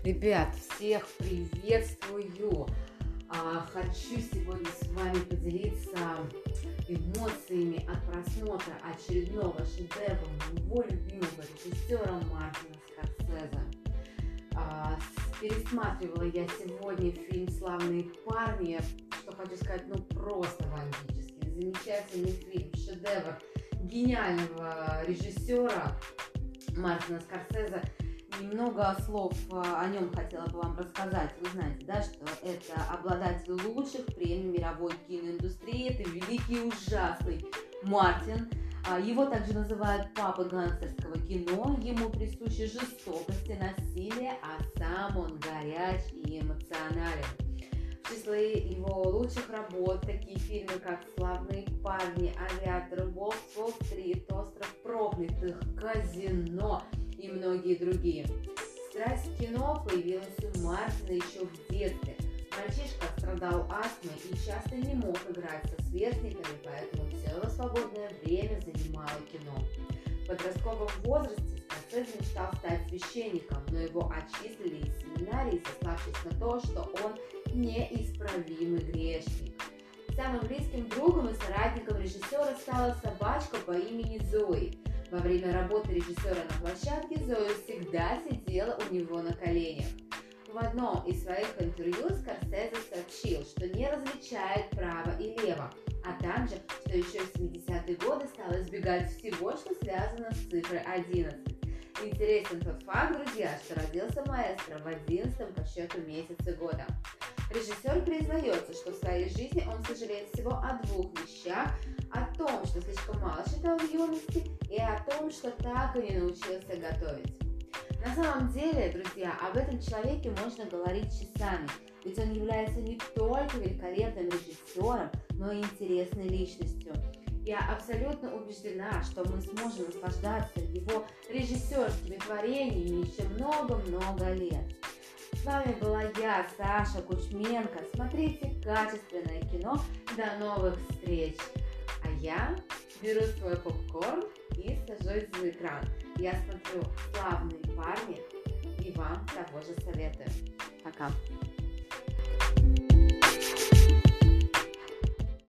Ребят, всех приветствую! Хочу сегодня с вами поделиться эмоциями от просмотра очередного шедевра моего любимого режиссера Мартина Скорсезе. Пересматривала я сегодня фильм «Славные парни», что хочу сказать, просто бомбический, замечательный фильм, шедевр гениального режиссера Мартина Скорсезе. Немного слов о нем хотела бы вам рассказать. Вы знаете, да, что это обладатель лучших премий мировой киноиндустрии, это великий и ужасный Мартин. Его также называют папой гангстерского кино, ему присущи жестокость и насилие, а сам он горяч и эмоционален. В числе его лучших работ такие фильмы, как «Славные парни», «Авиатор», «Волк с Уолл-стрит», «Остров проклятых», «Казино» и многие другие. Страсть к кино появилась у Мартина еще в детстве. Мальчишка страдал астмой и часто не мог играть со сверстниками, поэтому все его свободное время занимало кино. В подростковом возрасте Скорсезе мечтал стать священником, но его отчислили из семинарии, сославшись на то, что он неисправимый грешник. Самым близким другом и соратником режиссера стала собачка по имени Зои. Во время работы режиссера на площадке Зоя всегда сидела у него на коленях. В одном из своих интервью Скорсезе сообщил, что не различает право и лево, а также, что еще в 70-е годы стал избегать всего, что связано с цифрой 11. Интересен тот факт, друзья, что родился маэстро в 11-м по счету месяце года. Режиссер признается, что в своей жизни он сожалеет всего о двух вещах: о том, что слишком мало читал в юности, и о том, что так и не научился готовить. На самом деле, друзья, об этом человеке можно говорить часами, ведь он является не только великолепным режиссером, но и интересной личностью. Я абсолютно убеждена, что мы сможем наслаждаться его режиссерскими творениями еще много-много лет. С вами была я, Саша Кучменко. Смотрите качественное кино. До новых встреч! А я беру свой попкорн и сажусь за экран. Я смотрю «Славные парни» и вам того же советую. Пока!